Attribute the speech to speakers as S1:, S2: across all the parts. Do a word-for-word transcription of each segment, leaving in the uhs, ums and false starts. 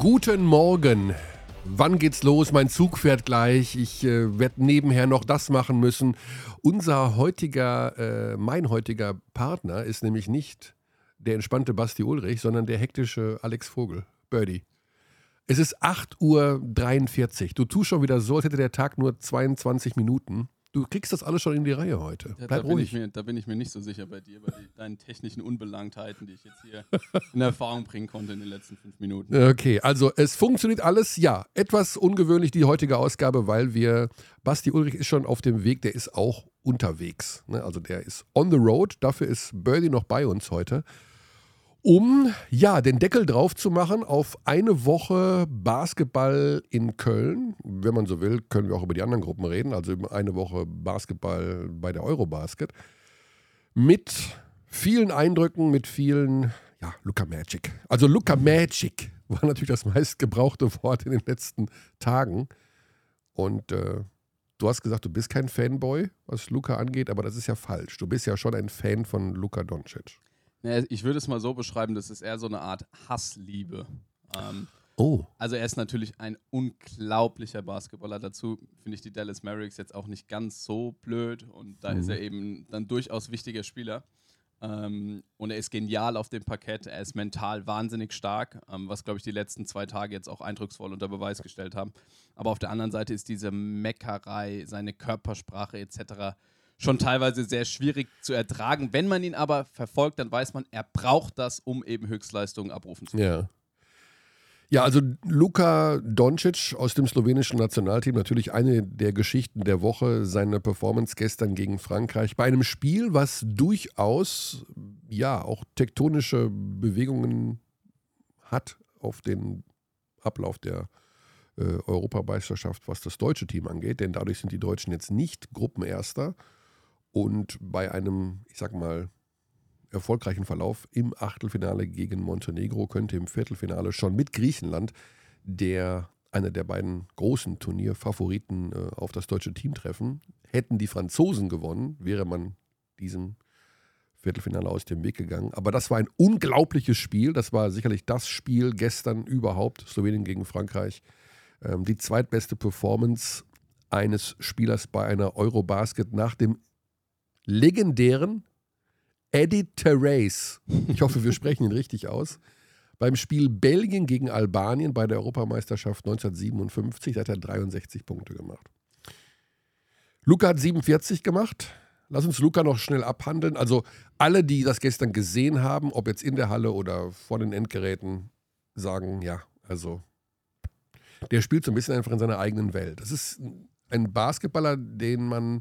S1: Guten Morgen. Wann geht's los? Mein Zug fährt gleich. Ich äh, werde nebenher noch das machen müssen. Unser heutiger, äh, mein heutiger Partner ist nämlich nicht der entspannte Basti Ulrich, sondern der hektische Alex Vogel. Birdie. Es ist acht Uhr dreiundvierzig. Du tust schon wieder so, als hätte der Tag nur zweiundzwanzig Minuten. Du kriegst das alles schon in die Reihe heute.
S2: Ja,
S1: Bleib
S2: da, bin
S1: ruhig.
S2: ich mir, da bin ich mir nicht so sicher bei dir, bei die, deinen technischen Unbelangtheiten, die ich jetzt hier in Erfahrung bringen konnte in den letzten fünf Minuten.
S1: Okay, also es funktioniert alles, ja. Etwas ungewöhnlich die heutige Ausgabe, weil wir, Basti Ulrich ist schon auf dem Weg, der ist auch unterwegs. Ne? Also der ist on the road, dafür ist Birdie noch bei uns heute. Um, ja, den Deckel drauf zu machen auf eine Woche Basketball in Köln. Wenn man so will, können wir auch über die anderen Gruppen reden. Also über eine Woche Basketball bei der Eurobasket. Mit vielen Eindrücken, mit vielen, ja, Luka Magic. Also Luka Magic war natürlich das meistgebrauchte Wort in den letzten Tagen. Und äh, du hast gesagt, du bist kein Fanboy, was Luka angeht, aber das ist ja falsch. Du bist ja schon ein Fan von Luka Doncic.
S2: Ich würde es mal so beschreiben, das ist eher so eine Art Hassliebe. Ähm,
S1: oh.
S2: Also er ist natürlich ein unglaublicher Basketballer. Dazu finde ich die Dallas Mavericks jetzt auch nicht ganz so blöd und da mhm. ist er eben dann durchaus wichtiger Spieler. Ähm, und er ist genial auf dem Parkett, er ist mental wahnsinnig stark, ähm, was, glaube ich, die letzten zwei Tage jetzt auch eindrucksvoll unter Beweis gestellt haben. Aber auf der anderen Seite ist diese Meckerei, seine Körpersprache et cetera schon teilweise sehr schwierig zu ertragen. Wenn man ihn aber verfolgt, dann weiß man, er braucht das, um eben Höchstleistungen abrufen zu können.
S1: Ja. Ja, also Luka Doncic aus dem slowenischen Nationalteam, natürlich eine der Geschichten der Woche, seine Performance gestern gegen Frankreich, bei einem Spiel, was durchaus, ja, auch tektonische Bewegungen hat auf den Ablauf der äh, Europameisterschaft, was das deutsche Team angeht, denn dadurch sind die Deutschen jetzt nicht Gruppenerster. Und bei einem, ich sag mal, erfolgreichen Verlauf im Achtelfinale gegen Montenegro könnte im Viertelfinale schon mit Griechenland der einer der beiden großen Turnierfavoriten äh, auf das deutsche Team treffen. Hätten die Franzosen gewonnen, wäre man diesem Viertelfinale aus dem Weg gegangen. Aber das war ein unglaubliches Spiel. Das war sicherlich das Spiel gestern überhaupt, Slowenien gegen Frankreich. Ähm, die zweitbeste Performance eines Spielers bei einer Eurobasket nach dem legendären Eddie Terrace, ich hoffe, wir sprechen ihn richtig aus, beim Spiel Belgien gegen Albanien bei der Europameisterschaft neunzehnhundertsiebenundfünfzig, da hat er dreiundsechzig Punkte gemacht. Luka hat siebenundvierzig gemacht. Lass uns Luka noch schnell abhandeln. Also alle, die das gestern gesehen haben, ob jetzt in der Halle oder vor den Endgeräten, sagen, ja, also der spielt so ein bisschen einfach in seiner eigenen Welt. Das ist ein Basketballer, den man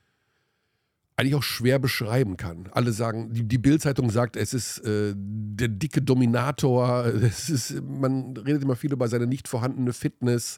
S1: eigentlich auch schwer beschreiben kann. Alle sagen, die, die Bild-Zeitung sagt, es ist äh, der dicke Dominator, es ist, man redet immer viel über seine nicht vorhandene Fitness,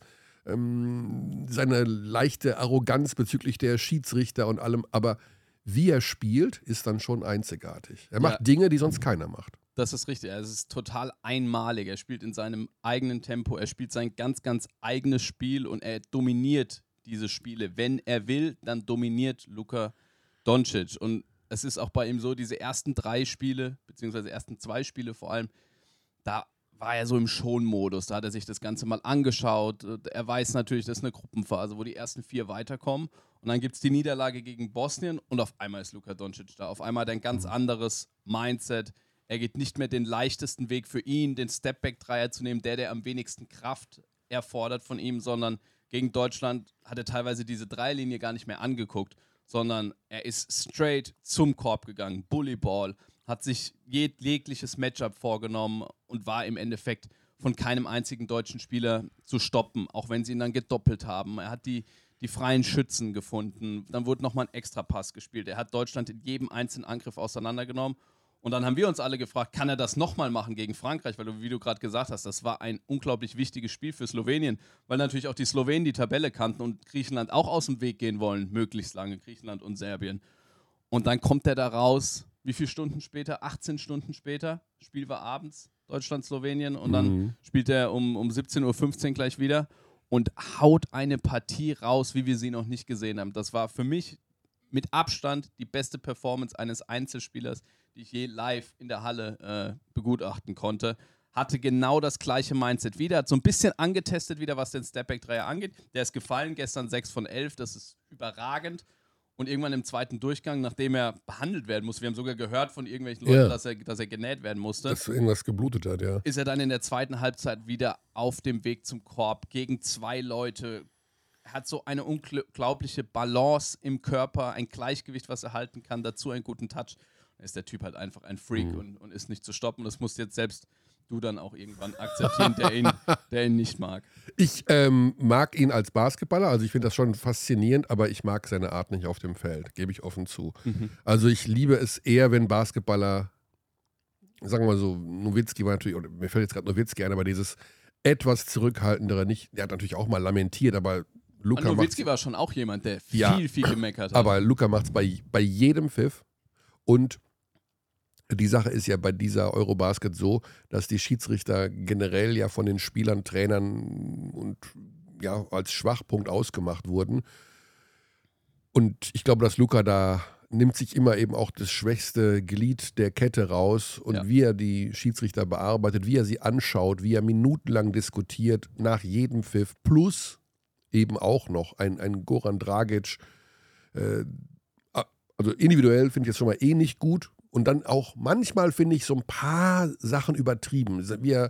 S1: ähm, seine leichte Arroganz bezüglich der Schiedsrichter und allem, aber wie er spielt, ist dann schon einzigartig. Er macht ja Dinge, die sonst keiner macht.
S2: Das ist richtig, es ist total einmalig. Er spielt in seinem eigenen Tempo, er spielt sein ganz, ganz eigenes Spiel und er dominiert diese Spiele. Wenn er will, dann dominiert Luka Doncic. Und es ist auch bei ihm so, diese ersten drei Spiele, beziehungsweise ersten zwei Spiele vor allem, da war er so im Schon-Modus. Da hat er sich das Ganze mal angeschaut. Er weiß natürlich, das ist eine Gruppenphase, wo die ersten vier weiterkommen. Und dann gibt es die Niederlage gegen Bosnien und auf einmal ist Luka Doncic da. Auf einmal hat er ein ganz anderes Mindset. Er geht nicht mehr den leichtesten Weg für ihn, den Stepback-Dreier zu nehmen, der, der am wenigsten Kraft erfordert von ihm, sondern gegen Deutschland hat er teilweise diese Dreierlinie gar nicht mehr angeguckt, sondern er ist straight zum Korb gegangen, Bullyball, hat sich jegliches Matchup vorgenommen und war im Endeffekt von keinem einzigen deutschen Spieler zu stoppen, auch wenn sie ihn dann gedoppelt haben. Er hat die, die freien Schützen gefunden, dann wurde nochmal ein Extrapass gespielt. Er hat Deutschland in jedem einzelnen Angriff auseinandergenommen. Und dann haben wir uns alle gefragt, kann er das nochmal machen gegen Frankreich? Weil, du, wie du gerade gesagt hast, das war ein unglaublich wichtiges Spiel für Slowenien, weil natürlich auch die Slowenen die Tabelle kannten und Griechenland auch aus dem Weg gehen wollen, möglichst lange, Griechenland und Serbien. Und dann kommt er da raus, wie viele Stunden später? achtzehn Stunden später, Spiel war abends, Deutschland-Slowenien, und dann mhm. spielt er um, um siebzehn Uhr fünfzehn gleich wieder und haut eine Partie raus, wie wir sie noch nicht gesehen haben. Das war für mich mit Abstand die beste Performance eines Einzelspielers, die ich je live in der Halle äh, begutachten konnte. hatte genau das gleiche Mindset wieder, hat so ein bisschen angetestet wieder, was den Stepback-Dreier angeht. Der ist gefallen, gestern sechs von elf, das ist überragend. Und irgendwann im zweiten Durchgang, nachdem er behandelt werden musste, wir haben sogar gehört von irgendwelchen Leuten,
S1: Ja.
S2: dass, er, dass er genäht werden musste,
S1: Dass irgendwas geblutet hat, ja.
S2: ist er dann in der zweiten Halbzeit wieder auf dem Weg zum Korb gegen zwei Leute. Er hat so eine unglaubliche Balance im Körper, ein Gleichgewicht, was er halten kann, dazu einen guten Touch. Da ist der Typ halt einfach ein Freak mhm. und, und ist nicht zu stoppen. Das musst jetzt selbst du dann auch irgendwann akzeptieren, der ihn, der ihn nicht mag.
S1: Ich ähm, mag ihn als Basketballer, also ich finde das schon faszinierend, aber ich mag seine Art nicht auf dem Feld, gebe ich offen zu. Mhm. Also ich liebe es eher, wenn Basketballer, sagen wir mal so, Nowitzki war natürlich, oder mir fällt jetzt gerade Nowitzki ein, aber dieses etwas zurückhaltendere, nicht, der hat natürlich auch mal lamentiert, aber Luka
S2: und Nowitzki war schon auch jemand, der viel,
S1: ja,
S2: viel gemeckert hat.
S1: Aber Luka macht es bei, bei jedem Pfiff und die Sache ist ja bei dieser Eurobasket so, dass die Schiedsrichter generell ja von den Spielern, Trainern und ja als Schwachpunkt ausgemacht wurden. Und ich glaube, dass Luka da nimmt sich immer eben auch das schwächste Glied der Kette raus und ja. wie er die Schiedsrichter bearbeitet, wie er sie anschaut, wie er minutenlang diskutiert nach jedem Pfiff, plus eben auch noch ein, ein Goran Dragic. Äh, also individuell finde ich jetzt schon mal eh nicht gut. Und dann auch manchmal finde ich so ein paar Sachen übertrieben. Wie er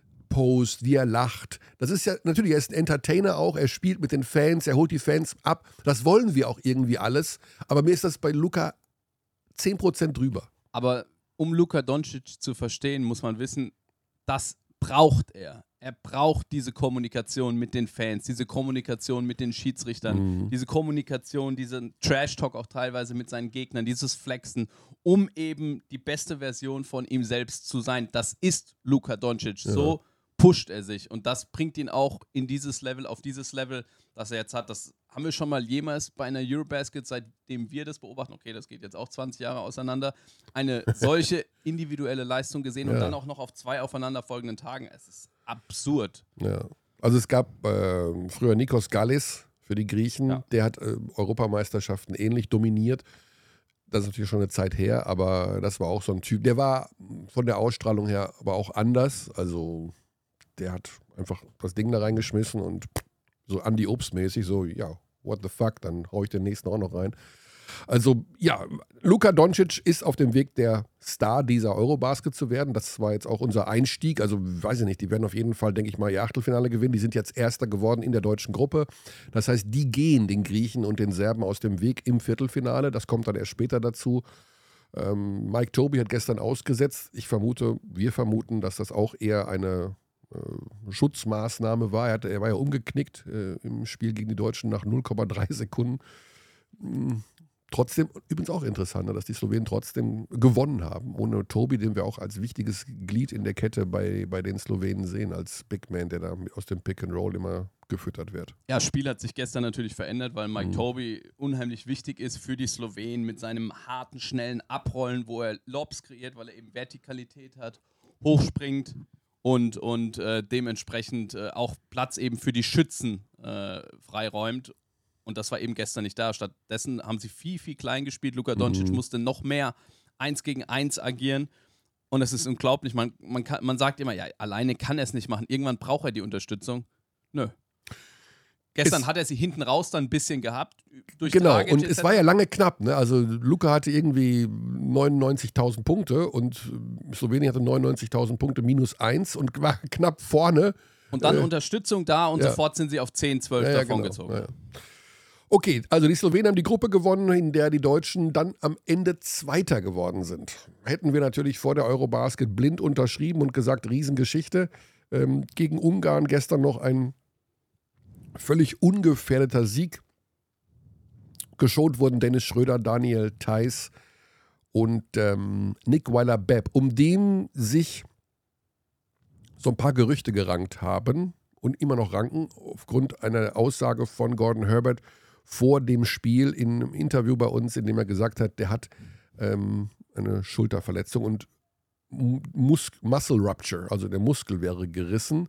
S1: post, wie er lacht. Das ist ja, natürlich, er ist ein Entertainer auch. Er spielt mit den Fans, er holt die Fans ab. Das wollen wir auch irgendwie alles. Aber mir ist das bei Luka zehn Prozent drüber.
S2: Aber um Luka Doncic zu verstehen, muss man wissen, das braucht er. Er braucht diese Kommunikation mit den Fans, diese Kommunikation mit den Schiedsrichtern, mhm. diese Kommunikation, diesen Trash-Talk auch teilweise mit seinen Gegnern, dieses Flexen, um eben die beste Version von ihm selbst zu sein. Das ist Luka Doncic. Ja. So pusht er sich und das bringt ihn auch in dieses Level, auf dieses Level, das er jetzt hat. Das haben wir schon mal jemals bei einer Eurobasket, seitdem wir das beobachten, okay, das geht jetzt auch zwanzig Jahre auseinander, eine solche individuelle Leistung gesehen und ja. dann auch noch auf zwei aufeinanderfolgenden Tagen. Es ist absurd.
S1: Ja, also es gab äh, früher Nikos Gallis für die Griechen, ja. der hat äh, Europameisterschaften ähnlich dominiert. Das ist natürlich schon eine Zeit her, aber das war auch so ein Typ, der war von der Ausstrahlung her aber auch anders, also der hat einfach das Ding da reingeschmissen und so Andi Obst-mäßig, so, ja, what the fuck, dann hau ich den nächsten auch noch rein. Also, ja, Luka Doncic ist auf dem Weg, der Star dieser Eurobasket zu werden. Das war jetzt auch unser Einstieg. Also, weiß ich nicht, die werden auf jeden Fall, denke ich mal, ihr Achtelfinale gewinnen. Die sind jetzt Erster geworden in der deutschen Gruppe. Das heißt, die gehen den Griechen und den Serben aus dem Weg im Viertelfinale. Das kommt dann erst später dazu. Ähm, Mike Tobey hat gestern ausgesetzt. Ich vermute, wir vermuten, dass das auch eher eine äh, Schutzmaßnahme war. Er, hatte, er war ja umgeknickt äh, im Spiel gegen die Deutschen nach null Komma drei Sekunden. Hm. Trotzdem, übrigens auch interessant, dass die Slowenen trotzdem gewonnen haben. Ohne Tobi, den wir auch als wichtiges Glied in der Kette bei, bei den Slowenen sehen, als Big Man, der da aus dem Pick and Roll immer gefüttert wird.
S2: Ja, das Spiel hat sich gestern natürlich verändert, weil Mike mhm. Tobey unheimlich wichtig ist für die Slowenen mit seinem harten, schnellen Abrollen, wo er Lobs kreiert, weil er eben Vertikalität hat, hochspringt und, und äh, dementsprechend äh, auch Platz eben für die Schützen äh, freiräumt. Und das war eben gestern nicht da. Stattdessen haben sie viel, viel klein gespielt. Luka Doncic mhm. musste noch mehr eins gegen eins agieren. Und es ist unglaublich. Man, man, kann, man sagt immer, ja, alleine kann er es nicht machen. Irgendwann braucht er die Unterstützung. Nö. Gestern es hat er sie hinten raus dann ein bisschen gehabt. Durch
S1: genau,
S2: Dragic
S1: und es war ja lange knapp. Ne? Also Luka hatte irgendwie neunundneunzigtausend Punkte und Slowenien hatte neunundneunzigtausend Punkte minus eins und war knapp vorne.
S2: Und dann
S1: äh,
S2: Unterstützung da und
S1: ja.
S2: sofort sind sie auf zehn, zwölf
S1: ja, ja,
S2: davongezogen.
S1: Genau. Ja, ja. Okay, also die Slowenen haben die Gruppe gewonnen, in der die Deutschen dann am Ende Zweiter geworden sind. Hätten wir natürlich vor der Eurobasket blind unterschrieben und gesagt, Riesengeschichte. Ähm, gegen Ungarn gestern noch ein völlig ungefährdeter Sieg. Geschont wurden Dennis Schröder, Daniel Theiss und ähm, Nick Weiler-Bepp, um den sich so ein paar Gerüchte gerankt haben und immer noch ranken, aufgrund einer Aussage von Gordon Herbert vor dem Spiel in einem Interview bei uns, in dem er gesagt hat, der hat ähm, eine Schulterverletzung und Mus- Muscle Rupture, also der Muskel wäre gerissen.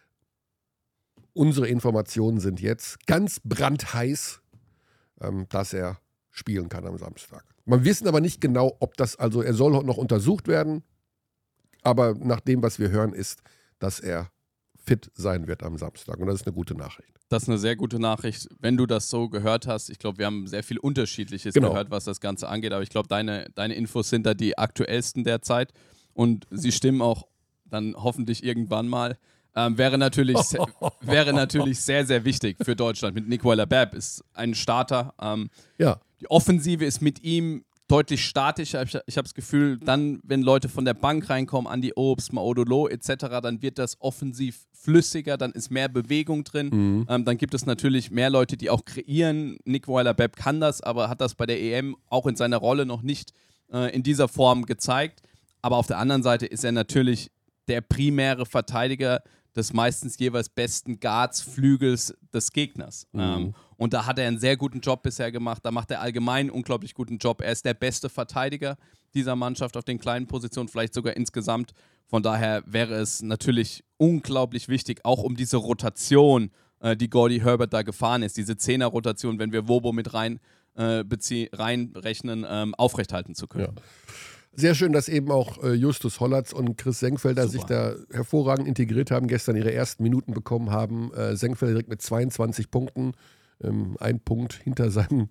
S1: Unsere Informationen sind jetzt ganz brandheiß, ähm, dass er spielen kann am Samstag. Man wissen aber nicht genau, ob das, also er soll noch untersucht werden. Aber nach dem, was wir hören, ist, dass er fit sein wird am Samstag. Und das ist eine gute Nachricht.
S2: Das ist eine sehr gute Nachricht, wenn du das so gehört hast. Ich glaube, wir haben sehr viel Unterschiedliches
S1: Genau.
S2: gehört, was das Ganze angeht. Aber ich glaube, deine, deine Infos sind da die aktuellsten derzeit. Und sie stimmen auch dann hoffentlich irgendwann mal. Ähm, wäre, natürlich, wäre natürlich sehr, sehr wichtig für Deutschland. Mit Nick Weiler-Babb ist ein Starter. Ähm,
S1: Ja.
S2: Die Offensive ist mit ihm deutlich statischer. Ich, ich habe das Gefühl, dann, wenn Leute von der Bank reinkommen, Andi Obst, Maodolo et cetera, dann wird das offensiv flüssiger, dann ist mehr Bewegung drin.
S1: Mhm.
S2: Ähm, dann gibt es natürlich mehr Leute, die auch kreieren. Nick Weiler-Babb kann das, aber hat das bei der E M auch in seiner Rolle noch nicht äh, in dieser Form gezeigt. Aber auf der anderen Seite ist er natürlich der primäre Verteidiger des meistens jeweils besten Guards, Flügels des Gegners. Mhm. Ähm, und da hat er einen sehr guten Job bisher gemacht. Da macht er allgemein einen unglaublich guten Job. Er ist der beste Verteidiger dieser Mannschaft auf den kleinen Positionen, vielleicht sogar insgesamt. Von daher wäre es natürlich unglaublich wichtig, auch um diese Rotation, äh, die Gordy Herbert da gefahren ist, diese Zehner-Rotation, wenn wir Wobo mit rein, äh, bezie- reinrechnen, ähm, aufrechthalten zu können.
S1: Ja. Sehr schön, dass eben auch äh, Justus Hollatz und Chris Senkfelder
S2: Super.
S1: sich da hervorragend integriert haben, gestern ihre ersten Minuten bekommen haben. Äh, Senkfelder direkt mit zweiundzwanzig Punkten, ähm, ein Punkt hinter seinem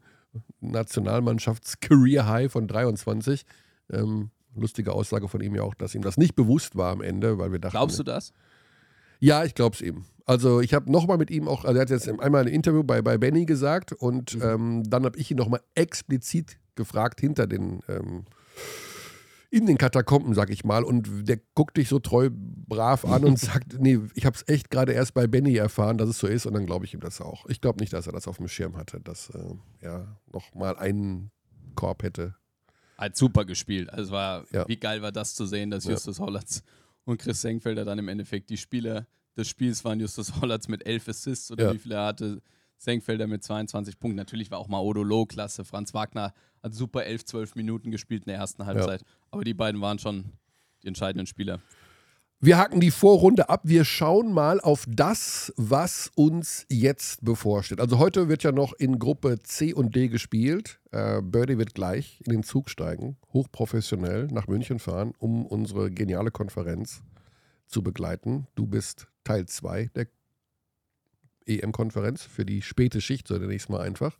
S1: Nationalmannschafts-Career-High von dreiundzwanzig. Ähm, lustige Aussage von ihm ja auch, dass ihm das nicht bewusst war am Ende, weil wir dachten...
S2: Glaubst du das?
S1: Ja, ich glaube es eben. Also ich habe nochmal mit ihm auch, also er hat jetzt einmal ein Interview bei, bei Benny gesagt und mhm. ähm, dann habe ich ihn nochmal explizit gefragt hinter den... Ähm, in den Katakomben, sag ich mal, und der guckt dich so treu brav an und sagt, nee, ich habe es echt gerade erst bei Benny erfahren, dass es so ist und dann glaube ich ihm das auch. Ich glaube nicht, dass er das auf dem Schirm hatte, dass äh, er nochmal einen Korb hätte.
S2: Hat super gespielt. Also war,
S1: ja.
S2: Wie geil war das zu sehen, dass
S1: ja.
S2: Justus Hollatz und Chris Senkfelder dann im Endeffekt die Spieler des Spiels waren. Justus Hollatz mit elf Assists oder
S1: ja.
S2: wie viel er hatte, Senkfelder mit zweiundzwanzig Punkten. Natürlich war auch Maodolo klasse. Franz Wagner hat super elf, zwölf Minuten gespielt in der ersten Halbzeit. Ja. Aber die beiden waren schon die entscheidenden Spieler.
S1: Wir haken die Vorrunde ab. Wir schauen mal auf das, was uns jetzt bevorsteht. Also heute wird ja noch in Gruppe C und D gespielt. Äh, Birdie wird gleich in den Zug steigen, hochprofessionell nach München fahren, um unsere geniale Konferenz zu begleiten. Du bist Teil zwei der E M-Konferenz für die späte Schicht, so nenne ich es mal einfach.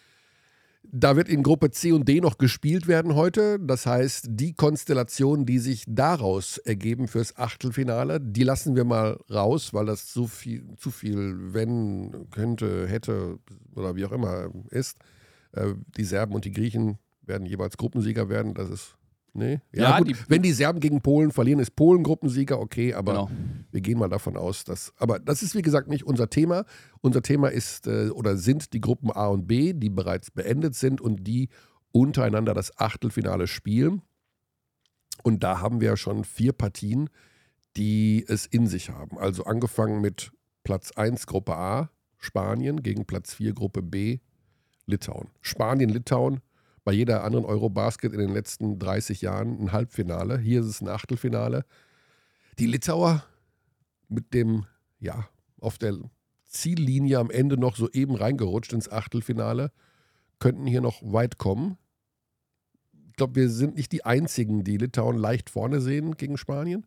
S1: Da wird in Gruppe C und D noch gespielt werden heute. Das heißt, die Konstellationen, die sich daraus ergeben fürs Achtelfinale, die lassen wir mal raus, weil das zu viel, zu viel wenn, könnte, hätte oder wie auch immer ist. Die Serben und die Griechen werden jeweils Gruppensieger werden. Das ist, nee. Ja,
S2: ja
S1: gut.
S2: Die,
S1: wenn die Serben gegen Polen verlieren, ist Polen Gruppensieger, okay, aber
S2: genau.
S1: wir gehen mal davon aus, dass, aber das ist wie gesagt nicht unser Thema. Unser Thema ist äh, oder sind die Gruppen A und B, die bereits beendet sind und die untereinander das Achtelfinale spielen. Und da haben wir ja schon vier Partien, die es in sich haben. Also angefangen mit Platz eins Gruppe A, Spanien, gegen Platz vier Gruppe B, Litauen. Spanien, Litauen, bei jeder anderen Eurobasket in den letzten dreißig Jahren ein Halbfinale. Hier ist es ein Achtelfinale. Die Litauer mit dem, ja, auf der Ziellinie am Ende noch so eben reingerutscht ins Achtelfinale, könnten hier noch weit kommen. Ich glaube, wir sind nicht die Einzigen, die Litauen leicht vorne sehen gegen Spanien.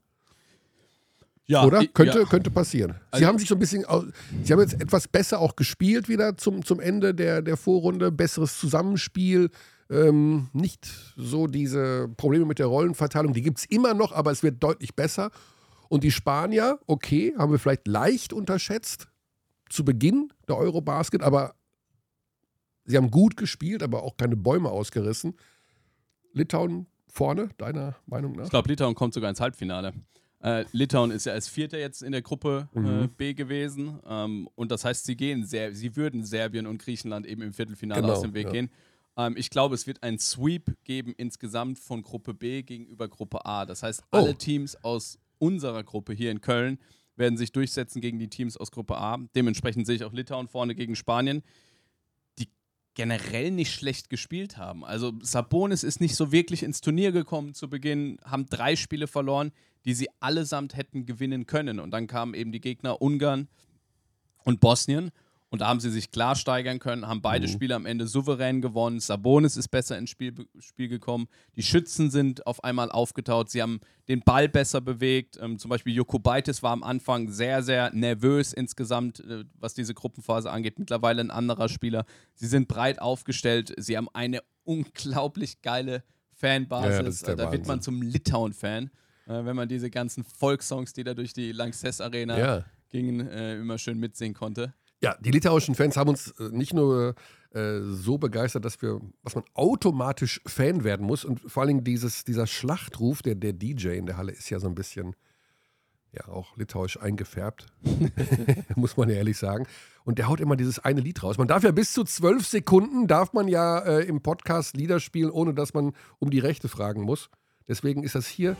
S2: Ja,
S1: Oder?
S2: Ich,
S1: könnte,
S2: ja.
S1: könnte passieren. Sie
S2: also,
S1: haben sich so ein bisschen, sie haben jetzt etwas besser auch gespielt wieder zum, zum Ende der, der Vorrunde. Besseres Zusammenspiel. Ähm, nicht so diese Probleme mit der Rollenverteilung. Die gibt es immer noch, aber es wird deutlich besser. Und die Spanier, okay, haben wir vielleicht leicht unterschätzt zu Beginn der Eurobasket, aber sie haben gut gespielt, aber auch keine Bäume ausgerissen. Litauen vorne, deiner Meinung nach?
S2: Ich glaube, Litauen kommt sogar ins Halbfinale. Äh, Litauen ist ja als Vierter jetzt in der Gruppe äh,
S1: Mhm.
S2: B gewesen. Ähm, und das heißt, sie gehen sehr, sie würden Serbien und Griechenland eben im Viertelfinale
S1: Genau,
S2: aus dem Weg
S1: ja.
S2: gehen. Ähm, ich glaube, es wird ein Sweep geben insgesamt von Gruppe B gegenüber Gruppe A. Das heißt,
S1: Oh.
S2: alle Teams aus unserer Gruppe hier in Köln werden sich durchsetzen gegen die Teams aus Gruppe A. Dementsprechend sehe ich auch Litauen vorne gegen Spanien, die generell nicht schlecht gespielt haben. Also Sabonis ist nicht so wirklich ins Turnier gekommen zu Beginn, haben drei Spiele verloren, die sie allesamt hätten gewinnen können. Und dann kamen eben die Gegner Ungarn und Bosnien. Und da haben sie sich klar steigern können, haben beide
S1: Mhm.
S2: Spiele am Ende souverän gewonnen. Sabonis ist besser ins Spiel, Spiel gekommen. Die Schützen sind auf einmal aufgetaut. Sie haben den Ball besser bewegt. Ähm, zum Beispiel Jokubaitis war am Anfang sehr, sehr nervös insgesamt, äh, was diese Gruppenphase angeht. Mittlerweile ein anderer Spieler. Sie sind breit aufgestellt. Sie haben eine unglaublich geile Fanbasis.
S1: Ja, das ist der
S2: Da wird man
S1: Wahnsinn.
S2: zum Litauen-Fan, äh, wenn man diese ganzen Volkssongs, die da durch die Lanxess Arena
S1: Ja.
S2: gingen, äh, immer schön mitsingen konnte.
S1: Ja, die litauischen Fans haben uns äh, nicht nur äh, so begeistert, dass wir, dass man automatisch Fan werden muss. Und vor allen Dingen dieses, dieser Schlachtruf, der, der D J in der Halle ist ja so ein bisschen, ja, auch litauisch eingefärbt, muss man ja ehrlich sagen. Und der haut immer dieses eine Lied raus. Man darf ja bis zu zwölf Sekunden, darf man ja äh, im Podcast Lieder spielen, ohne dass man um die Rechte fragen muss. Deswegen ist das hier,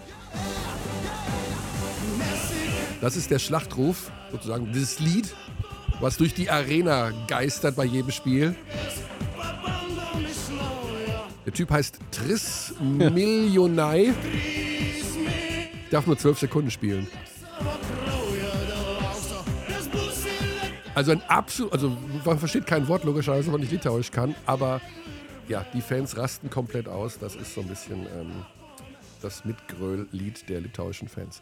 S1: das ist der Schlachtruf, sozusagen, dieses Lied, was durch die Arena geistert bei jedem Spiel. Der Typ heißt Tris Milionai. Darf nur zwölf Sekunden spielen. Also ein absolut, also man versteht kein Wort logischerweise, wenn man nicht Litauisch kann, aber ja, die Fans rasten komplett aus. Das ist so ein bisschen ähm, das Mitgröl-Lied der litauischen Fans.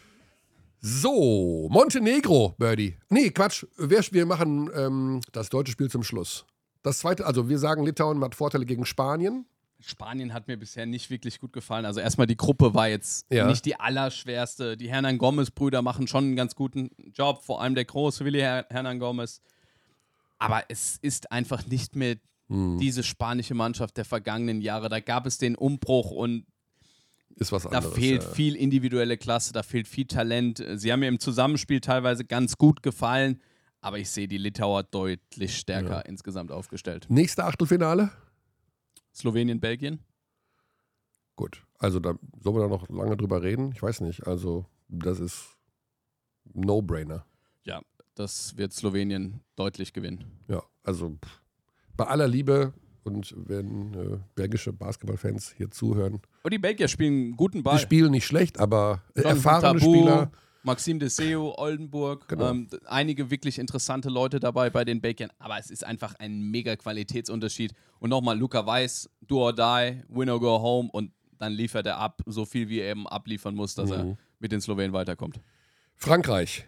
S1: So, Montenegro, Birdie. Nee, Quatsch. Wir, wir machen ähm, das deutsche Spiel zum Schluss. Das zweite, also wir sagen, Litauen hat Vorteile gegen Spanien.
S2: Spanien hat mir bisher nicht wirklich gut gefallen. Also erstmal die Gruppe war jetzt
S1: Ja.
S2: nicht die allerschwerste. Die Hernan Gomez-Brüder machen schon einen ganz guten Job, vor allem der große Willi Her- Hernan Gomez. Aber es ist einfach nicht mehr diese spanische Mannschaft der vergangenen Jahre. Da gab es den Umbruch und
S1: Ist was
S2: da
S1: anderes.
S2: fehlt
S1: ja.
S2: viel individuelle Klasse, da fehlt viel Talent. Sie haben mir im Zusammenspiel teilweise ganz gut gefallen, aber ich sehe die Litauer deutlich stärker
S1: Ja.
S2: insgesamt aufgestellt.
S1: Nächste Achtelfinale?
S2: Slowenien, Belgien?
S1: Gut, also da sollen wir da noch lange drüber reden? Ich weiß nicht. Also das ist No-Brainer.
S2: Ja, das wird Slowenien deutlich gewinnen.
S1: Ja, also pff, bei aller Liebe und wenn äh, belgische Basketballfans hier zuhören,
S2: Und die Belgier spielen einen guten Ball.
S1: die spielen nicht schlecht, aber äh,
S2: Jonathan
S1: erfahrene
S2: Tabu,
S1: Spieler.
S2: Maxime Deseo, Oldenburg,
S1: Genau.
S2: ähm, einige wirklich interessante Leute dabei bei den Belgiern, aber es ist einfach ein mega Qualitätsunterschied. Und nochmal, Luca Weiß, do or die, win or go home und dann liefert er ab, so viel wie er eben abliefern muss, dass
S1: Mhm.
S2: er mit den Slowenen weiterkommt.
S1: Frankreich.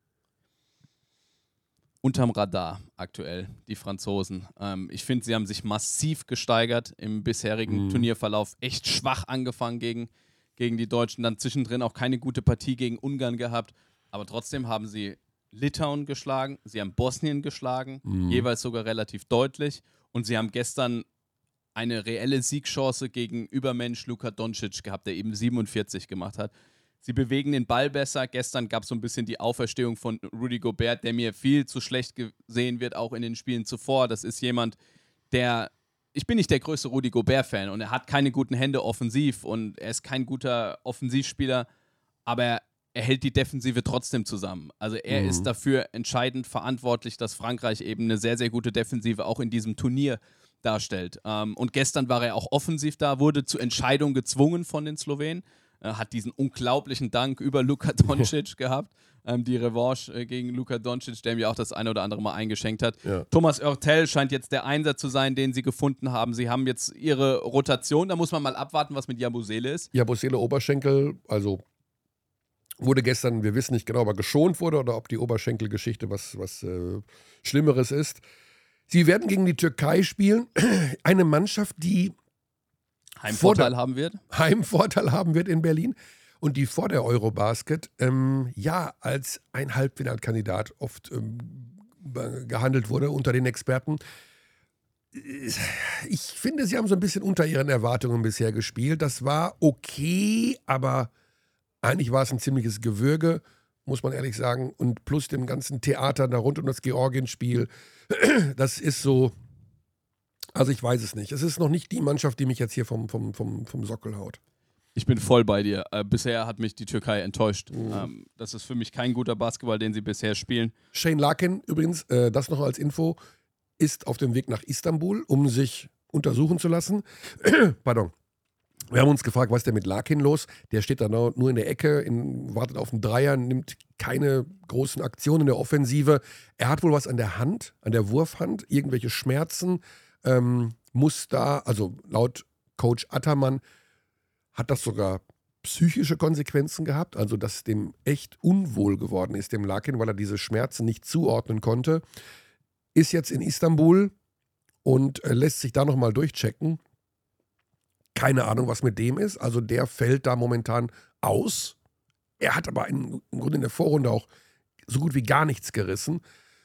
S2: Unterm Radar aktuell, die Franzosen. Ähm, ich finde, sie haben sich massiv gesteigert im bisherigen
S1: Mhm.
S2: Turnierverlauf. Echt schwach angefangen gegen, gegen die Deutschen. Dann zwischendrin auch keine gute Partie gegen Ungarn gehabt. Aber trotzdem haben sie Litauen geschlagen, sie haben Bosnien geschlagen,
S1: Mhm.
S2: jeweils sogar relativ deutlich. Und sie haben gestern eine reelle Siegchance gegen Übermensch Luka Doncic gehabt, der eben siebenundvierzig gemacht hat. Sie bewegen den Ball besser. Gestern gab es so ein bisschen die Auferstehung von Rudy Gobert, der mir viel zu schlecht gesehen wird, auch in den Spielen zuvor. Das ist jemand, der, ich bin nicht der größte Rudy Gobert-Fan und er hat keine guten Hände offensiv und er ist kein guter Offensivspieler, aber er, er hält die Defensive trotzdem zusammen. Also er
S1: Mhm.
S2: ist dafür entscheidend verantwortlich, dass Frankreich eben eine sehr, sehr gute Defensive auch in diesem Turnier darstellt. Ähm, und gestern war er auch offensiv da, wurde zur Entscheidung gezwungen von den Slowenen. Hat diesen unglaublichen Dank über Luka Doncic gehabt. Ähm, die Revanche äh, gegen Luka Doncic, der mir auch das eine oder andere Mal eingeschenkt hat.
S1: Ja.
S2: Thomas Oertel scheint jetzt der Einsatz zu sein, den sie gefunden haben. Sie haben jetzt ihre Rotation. Da muss man mal abwarten, was mit Yabusele ist.
S1: Ja, Bosele Oberschenkel, also wurde gestern, wir wissen nicht genau, ob er geschont wurde oder ob die Oberschenkelgeschichte was, was äh, Schlimmeres ist. Sie werden gegen die Türkei spielen. Eine Mannschaft, die
S2: Heimvorteil
S1: der-
S2: haben wird.
S1: Heimvorteil haben wird in Berlin und die vor der Eurobasket ähm, ja als ein Halbfinalkandidat oft ähm, be- gehandelt wurde unter den Experten. Ich finde, sie haben so ein bisschen unter ihren Erwartungen bisher gespielt. Das war okay, aber eigentlich war es ein ziemliches Gewürge, muss man ehrlich sagen. Und plus dem ganzen Theater da rund um das Georgien-Spiel, das ist so. Also ich weiß es nicht. Es ist noch nicht die Mannschaft, die mich jetzt hier vom, vom, vom, vom Sockel haut.
S2: Ich bin voll bei dir. Äh, bisher hat mich die Türkei enttäuscht.
S1: Mhm.
S2: Ähm, das ist für mich kein guter Basketball, den sie bisher spielen.
S1: Shane Larkin übrigens, äh, das noch als Info, ist auf dem Weg nach Istanbul, um sich untersuchen zu lassen. Pardon. Wir haben uns gefragt, was ist denn mit Larkin los? Der steht da nur in der Ecke, in, wartet auf einen Dreier, nimmt keine großen Aktionen in der Offensive. Er hat wohl was an der Hand, an der Wurfhand, irgendwelche Schmerzen. Ähm, muss da, also laut Coach Attermann, hat das sogar psychische Konsequenzen gehabt, also dass dem echt unwohl geworden ist, dem Larkin, weil er diese Schmerzen nicht zuordnen konnte. Ist jetzt in Istanbul und äh, lässt sich da nochmal durchchecken. Keine Ahnung, was mit dem ist. Also der fällt da momentan aus. Er hat aber in, im Grunde in der Vorrunde auch so gut wie gar nichts gerissen.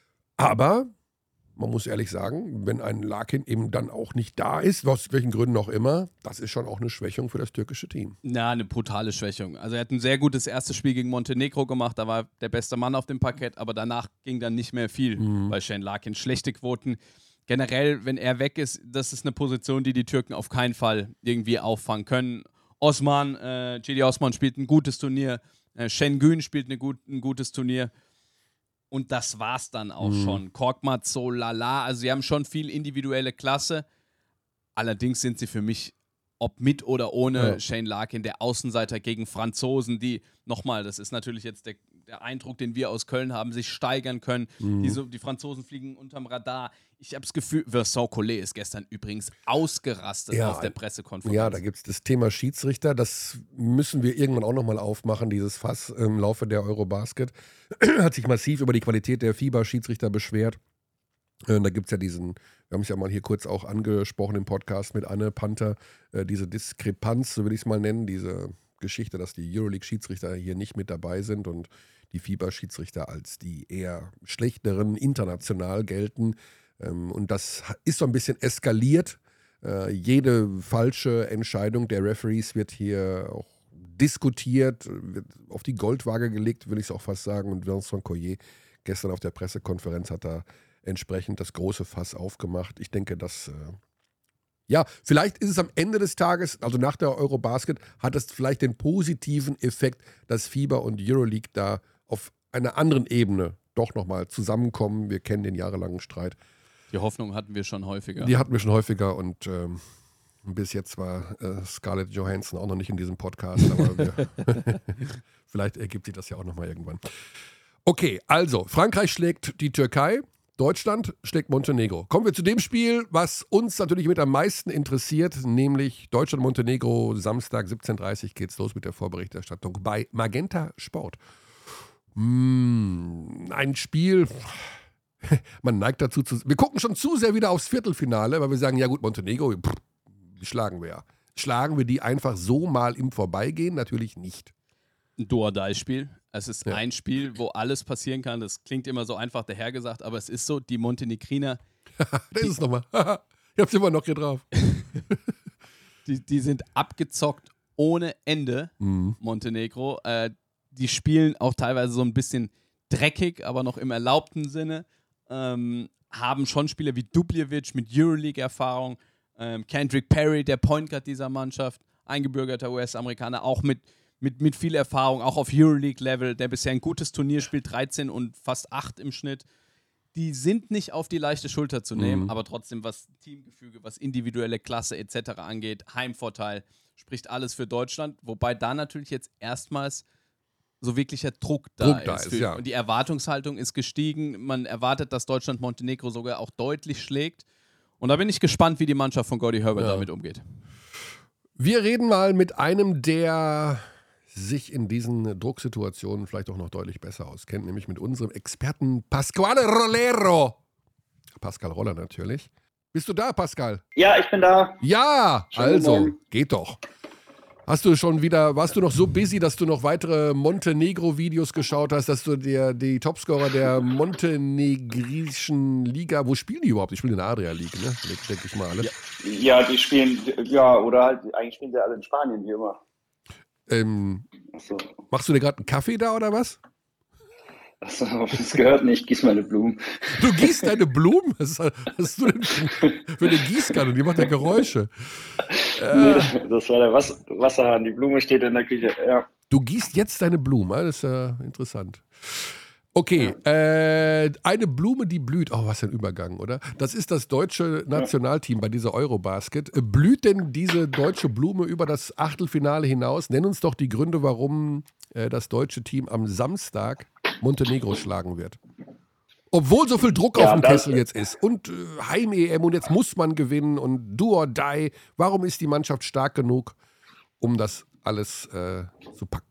S1: Aber man muss ehrlich sagen, wenn ein Larkin eben dann auch nicht da ist, aus welchen Gründen auch immer, das ist schon auch eine Schwächung für das türkische Team.
S2: Na, eine brutale Schwächung. Also er hat ein sehr gutes erstes Spiel gegen Montenegro gemacht, da war der beste Mann auf dem Parkett, aber danach ging dann nicht mehr viel mhm. bei Shane Larkin. Schlechte Quoten. Generell, wenn er weg ist, das ist eine Position, die die Türken auf keinen Fall irgendwie auffangen können. Osman, äh, Cedi Osman spielt ein gutes Turnier, äh, Şengün spielt eine gut, ein gutes Turnier. Und das war's dann auch mhm. schon. Korkmaz, so lala. Also sie haben schon viel individuelle Klasse. Allerdings sind sie für mich, ob mit oder ohne ja. Shane Larkin, der Außenseiter gegen Franzosen, die, nochmal, das ist natürlich jetzt der, der Eindruck, den wir aus Köln haben, sich steigern können. Mhm. Die, so, die Franzosen fliegen unterm Radar. Ich habe das Gefühl, Vincent Collet ist gestern übrigens ausgerastet ja, auf der Pressekonferenz.
S1: Ja, da gibt es das Thema Schiedsrichter. Das müssen wir irgendwann auch nochmal aufmachen, dieses Fass im Laufe der Eurobasket. Hat sich massiv über die Qualität der FIBA-Schiedsrichter beschwert. Äh, da gibt es ja diesen, wir haben es ja mal hier kurz auch angesprochen im Podcast mit Anne Panther, äh, diese Diskrepanz, so will ich es mal nennen, diese Geschichte, dass die Euroleague-Schiedsrichter hier nicht mit dabei sind und die FIBA-Schiedsrichter als die eher schlechteren international gelten. Ähm, und das ist so ein bisschen eskaliert. Äh, jede falsche Entscheidung der Referees wird hier auch diskutiert, wird auf die Goldwaage gelegt, will ich es auch fast sagen. Und Vincent Collet gestern auf der Pressekonferenz hat da entsprechend das große Fass aufgemacht. Ich denke, dass, äh, ja, vielleicht ist es am Ende des Tages, also nach der Eurobasket, hat es vielleicht den positiven Effekt, dass FIBA und Euroleague da auf einer anderen Ebene doch nochmal zusammenkommen. Wir kennen den jahrelangen Streit.
S2: Die Hoffnung hatten wir schon häufiger.
S1: Die hatten wir schon häufiger und ähm, bis jetzt war äh, Scarlett Johansson auch noch nicht in diesem Podcast, aber wir vielleicht ergibt sich das ja auch nochmal irgendwann. Okay, also Frankreich schlägt die Türkei, Deutschland schlägt Montenegro. Kommen wir zu dem Spiel, was uns natürlich mit am meisten interessiert, nämlich Deutschland-Montenegro. Samstag siebzehn Uhr dreißig geht's los mit der Vorberichterstattung bei Magenta Sport. Mmh, ein Spiel, man neigt dazu zu, wir gucken schon zu sehr wieder aufs Viertelfinale, weil wir sagen, ja gut, Montenegro, pff, die schlagen wir ja. Schlagen wir die einfach so mal im Vorbeigehen? Natürlich nicht.
S2: Ein Do-or-Die-Spiel. Es ist
S1: Ja.
S2: ein Spiel, wo alles passieren kann. Das klingt immer so einfach dahergesagt, aber es ist so, die Montenegriner,
S1: Da ist es nochmal. Ich hab's immer noch hier drauf.
S2: die, die sind abgezockt ohne Ende,
S1: Mhm.
S2: Montenegro. Äh, die spielen auch teilweise so ein bisschen dreckig, aber noch im erlaubten Sinne. Ähm, haben schon Spieler wie Dubljevic mit Euroleague-Erfahrung, ähm, Kendrick Perry, der Point Guard dieser Mannschaft, eingebürgerter U S-Amerikaner, auch mit, mit, mit viel Erfahrung, auch auf Euroleague-Level, der bisher ein gutes Turnier spielt, dreizehn und fast acht im Schnitt. Die sind nicht auf die leichte Schulter zu nehmen,
S1: Mhm.
S2: aber trotzdem, was Teamgefüge, was individuelle Klasse et cetera angeht, Heimvorteil, spricht alles für Deutschland, wobei da natürlich jetzt erstmals so wirklicher Druck da
S1: Druck da
S2: ist.
S1: ist,
S2: Für,
S1: ja.
S2: Und die Erwartungshaltung ist gestiegen. Man erwartet, dass Deutschland Montenegro sogar auch deutlich schlägt. Und da bin ich gespannt, wie die Mannschaft von Gordy Herbert
S1: Ja.
S2: damit umgeht.
S1: Wir reden mal mit einem, der sich in diesen Drucksituationen vielleicht auch noch deutlich besser auskennt, nämlich mit unserem Experten Pasquale Rollero. Pascal Roller natürlich. Bist du da, Pascal?
S3: Ja, ich bin da.
S1: Ja,
S3: Schönen
S1: also,
S3: Morgen.
S1: geht doch. Hast du schon wieder, warst du noch so busy, dass du noch weitere Montenegro-Videos geschaut hast, dass du dir die Topscorer der montenegrischen Liga, wo spielen die überhaupt? Die spielen in der Adria League, ne? Denke ich mal alle.
S3: Ja. Ja, die spielen, ja, oder halt, eigentlich spielen sie alle in Spanien, wie immer.
S1: Ähm,
S3: Achso,
S1: machst du dir gerade einen Kaffee da oder was?
S3: Achso, das gehört nicht, gieß meine Blumen.
S1: Du gießt deine Blumen? Was hast du denn für eine Gießkanne? Die macht ja Geräusche.
S3: Nee, das war der Was- Wasserhahn, die Blume steht in der Küche, ja.
S1: Du gießt jetzt deine Blumen, ah, das ist ja interessant. Okay, äh, eine Blume, die blüht. Oh, was für ein Übergang, oder? Das ist das deutsche Nationalteam bei dieser Eurobasket. Äh, Blüht denn diese deutsche Blume über das Achtelfinale hinaus? Nenn uns doch die Gründe, warum äh, das deutsche Team am Samstag Montenegro schlagen wird. Obwohl so viel Druck
S3: Ja,
S1: auf dem
S3: das-
S1: Kessel jetzt ist und äh, Heim-E M und jetzt muss man gewinnen und do or die. Warum ist die Mannschaft stark genug, um das alles äh, zu packen?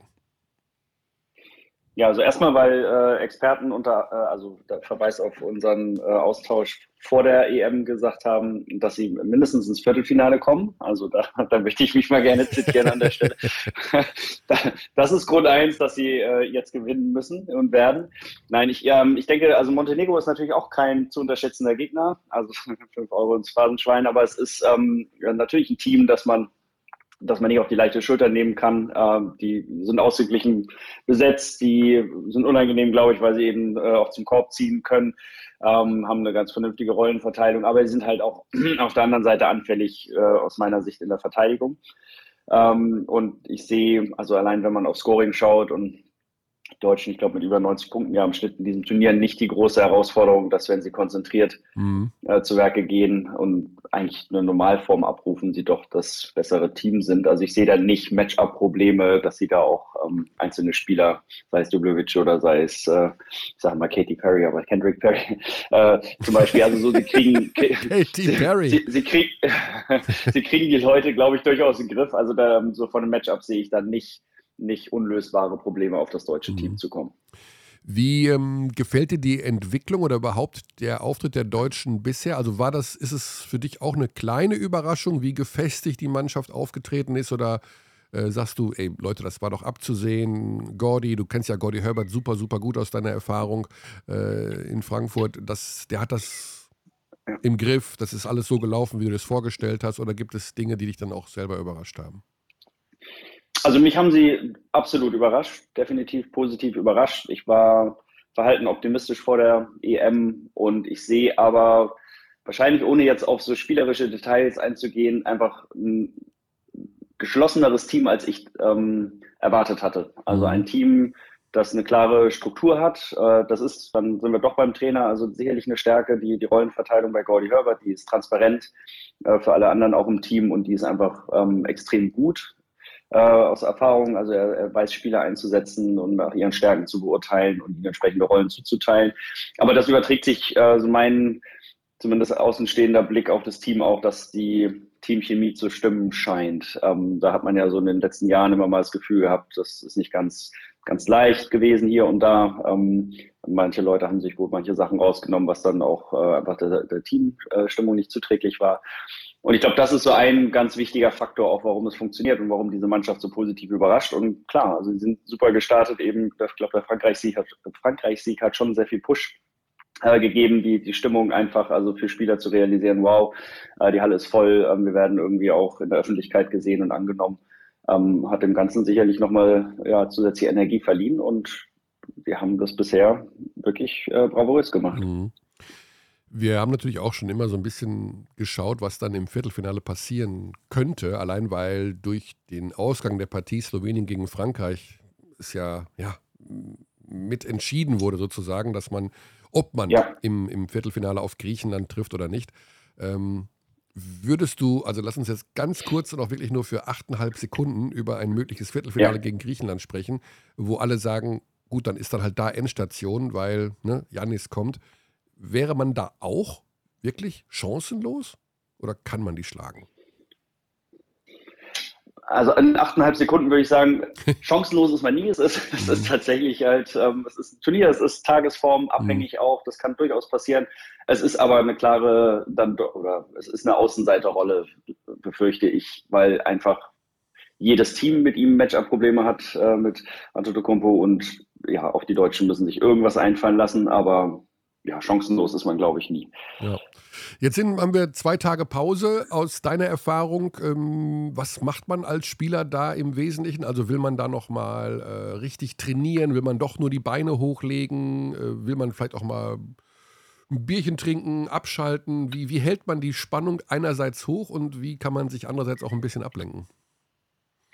S3: Ja, also erstmal, weil äh, Experten unter, äh, also der Verweis auf unseren äh, Austausch vor der E M gesagt haben, dass sie mindestens ins Viertelfinale kommen. Also da, da möchte ich mich mal gerne zitieren an der Stelle. Das ist Grund eins, dass sie äh, jetzt gewinnen müssen und werden. Nein, ich, ähm, ich denke, also Montenegro ist natürlich auch kein zu unterschätzender Gegner. Also fünf Euro ins Phrasenschwein, aber es ist ähm, ja, natürlich ein Team, das man dass man nicht auf die leichte Schulter nehmen kann. Ähm, die sind ausgeglichen besetzt, die sind unangenehm, glaube ich, weil sie eben äh, auch zum Korb ziehen können, ähm, haben eine ganz vernünftige Rollenverteilung, aber sie sind halt auch auf der anderen Seite anfällig äh, aus meiner Sicht in der Verteidigung. Ähm, und ich sehe, also allein wenn man auf Scoring schaut und die Deutschen, ich glaube, mit über neunzig Punkten ja im Schnitt in diesem Turnier nicht die große Herausforderung, dass wenn sie konzentriert
S1: Mhm.
S3: äh, zu Werke gehen und eigentlich eine Normalform abrufen, sie doch das bessere Team sind. Also ich sehe da nicht Matchup-Probleme, dass sie da auch ähm, einzelne Spieler, sei es Dublovic oder sei es, äh, ich sage mal Katy Perry, aber Kendrick Perry äh, zum Beispiel, also so, sie kriegen
S1: Katy Perry.
S3: Sie, sie, sie, krieg, sie kriegen die Leute, glaube ich, durchaus in den Griff. Also da, so von dem Matchup sehe ich da nicht nicht unlösbare Probleme auf das deutsche
S1: Mhm.
S3: Team zu kommen.
S1: Wie ähm, gefällt dir die Entwicklung oder überhaupt der Auftritt der Deutschen bisher? Also war das, ist es für dich auch eine kleine Überraschung, wie gefestigt die Mannschaft aufgetreten ist? Oder äh, sagst du, ey Leute, das war doch abzusehen, Gordy, du kennst ja Gordy Herbert super, super gut aus deiner Erfahrung äh, in Frankfurt, das, der hat das
S3: Ja.
S1: im Griff, das ist alles so gelaufen, wie du das vorgestellt hast? Oder gibt es Dinge, die dich dann auch selber überrascht haben?
S3: Also mich haben sie absolut überrascht, definitiv positiv überrascht. Ich war verhalten optimistisch vor der E M und ich sehe aber wahrscheinlich, ohne jetzt auf so spielerische Details einzugehen, einfach ein geschlosseneres Team, als ich ähm, erwartet hatte. Also
S1: Mhm.
S3: ein Team, das eine klare Struktur hat. Äh, das ist, dann sind wir doch beim Trainer, also sicherlich eine Stärke, die, die Rollenverteilung bei Gordy Herbert, die ist transparent äh, für alle anderen auch im Team und die ist einfach ähm, extrem gut. Äh, aus Erfahrung, also er, er weiß Spieler einzusetzen und nach ihren Stärken zu beurteilen und ihnen entsprechende Rollen zuzuteilen. Aber das überträgt sich, äh, so mein zumindest außenstehender Blick auf das Team auch, dass die Teamchemie zu stimmen scheint. Ähm, da hat man ja so in den letzten Jahren immer mal das Gefühl gehabt, das ist nicht ganz, ganz leicht gewesen hier und da. Ähm, manche Leute haben sich wohl manche Sachen rausgenommen, was dann auch äh, einfach der, der Teamstimmung nicht zuträglich war. Und ich glaube, das ist so ein ganz wichtiger Faktor, auch warum es funktioniert und warum diese Mannschaft so positiv überrascht. Und klar, also sie sind super gestartet. Eben, ich glaube, der Frankreich-Sieg hat, Frankreich-Sieg hat schon sehr viel Push äh, gegeben, die, die Stimmung einfach, also für Spieler zu realisieren, wow, äh, die Halle ist voll, äh, wir werden irgendwie auch in der Öffentlichkeit gesehen und angenommen. Ähm, hat dem Ganzen sicherlich nochmal ja, zusätzliche Energie verliehen und wir haben das bisher wirklich äh, bravourös gemacht.
S1: Mhm. Wir haben natürlich auch schon immer so ein bisschen geschaut, was dann im Viertelfinale passieren könnte, allein weil durch den Ausgang der Partie Slowenien gegen Frankreich es ja, ja mit entschieden wurde sozusagen, dass man, ob man
S3: Ja.
S1: im, im Viertelfinale auf Griechenland trifft oder nicht. Ähm, würdest du, also lass uns jetzt ganz kurz und auch wirklich nur für achteinhalb Sekunden über ein mögliches Viertelfinale
S3: Ja.
S1: gegen Griechenland sprechen, wo alle sagen, gut, dann ist dann halt da Endstation, weil ne, Giannis kommt. Wäre man da auch wirklich chancenlos oder kann man die schlagen?
S3: Also in achteinhalb Sekunden würde ich sagen, chancenlos ist man nie. Es ist, es ist tatsächlich halt, ähm, es ist ein Turnier, es ist tagesformabhängig mhm. auch, das kann durchaus passieren. Es ist aber eine klare, dann oder es ist eine Außenseiterrolle, befürchte ich, weil einfach jedes Team mit ihm Matchup-Probleme hat, äh, mit Antetokounmpo und ja, auch die Deutschen müssen sich irgendwas einfallen lassen, aber ja, chancenlos ist man, glaube ich, nie.
S1: Ja. Jetzt sind, haben wir zwei Tage Pause. Aus deiner Erfahrung, ähm, was macht man als Spieler da im Wesentlichen? Also will man da nochmal äh, richtig trainieren? Will man doch nur die Beine hochlegen? Äh, will man vielleicht auch mal ein Bierchen trinken, abschalten? Wie, wie hält man die Spannung einerseits hoch und wie kann man sich andererseits auch ein bisschen ablenken?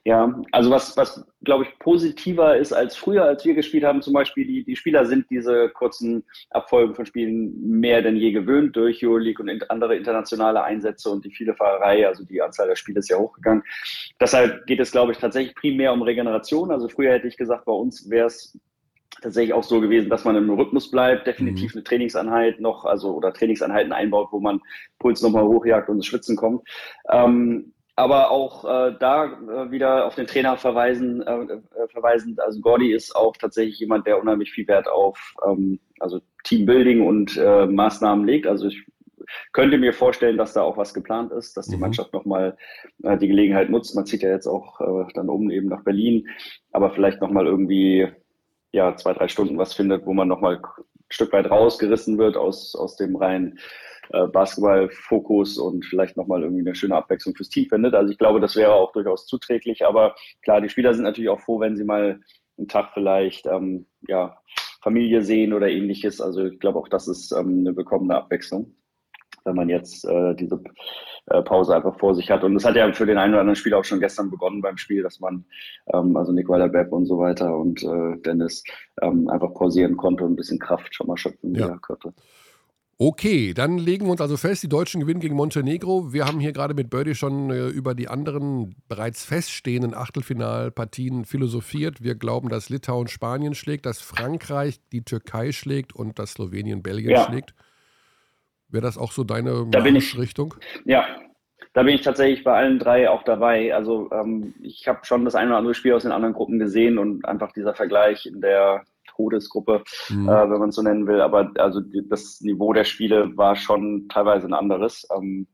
S3: Ja, also was, was glaube ich, positiver ist als früher, als wir gespielt haben, zum Beispiel, die, die Spieler sind diese kurzen Abfolgen von Spielen mehr denn je gewöhnt durch Euroleague und in, andere internationale Einsätze und die viele Fahrerei, also die Anzahl der Spiele ist ja hochgegangen. Deshalb geht es, glaube ich, tatsächlich primär um Regeneration. Also früher hätte ich gesagt, bei uns wäre es tatsächlich auch so gewesen, dass man im Rhythmus bleibt, definitiv
S1: Mhm.
S3: eine Trainingseinheit noch, also oder Trainingseinheiten einbaut, wo man Puls nochmal hochjagt und ins Schwitzen kommt. Ähm, aber auch äh, da äh, wieder auf den Trainer verweisen, äh, äh, verweisend, also Gordy ist auch tatsächlich jemand, der unheimlich viel Wert auf ähm, also Teambuilding und äh, Maßnahmen legt. Also ich könnte mir vorstellen, dass da auch was geplant ist, dass die
S1: Mhm.
S3: Mannschaft nochmal äh, die Gelegenheit nutzt. Man zieht ja jetzt auch äh, dann um eben nach Berlin, aber vielleicht nochmal irgendwie ja, zwei, drei Stunden was findet, wo man nochmal ein Stück weit rausgerissen wird aus, aus dem reinen äh, Basketball-Fokus und vielleicht nochmal irgendwie eine schöne Abwechslung fürs Team findet. Also ich glaube, das wäre auch durchaus zuträglich, aber klar, die Spieler sind natürlich auch froh, wenn sie mal einen Tag vielleicht ähm, ja, Familie sehen oder ähnliches. Also ich glaube auch, das ist ähm, eine willkommene Abwechslung, wenn man jetzt äh, diese äh, Pause einfach vor sich hat. Und das hat ja für den einen oder anderen Spieler auch schon gestern begonnen beim Spiel, dass man, ähm, also Nick Weiler-Bepp und so weiter und äh, Dennis ähm, einfach pausieren konnte und ein bisschen Kraft schon mal schöpfen
S1: Ja.
S3: wieder konnte.
S1: Okay, dann legen wir uns also fest, die Deutschen gewinnen gegen Montenegro. Wir haben hier gerade mit Birdie schon äh, über die anderen bereits feststehenden Achtelfinalpartien philosophiert. Wir glauben, dass Litauen Spanien schlägt, dass Frankreich die Türkei schlägt und dass Slowenien Belgien
S3: Ja.
S1: schlägt. Wäre das auch so deine
S3: Da bin ich,
S1: Marschrichtung?
S3: ja, da bin ich tatsächlich bei allen drei auch dabei. Also ähm, ich habe schon das eine oder andere Spiel aus den anderen Gruppen gesehen und einfach dieser Vergleich in der Todesgruppe,
S1: Mhm.
S3: äh, wenn man es so nennen will. Aber also die, das Niveau der Spiele war schon teilweise ein anderes. Ähm,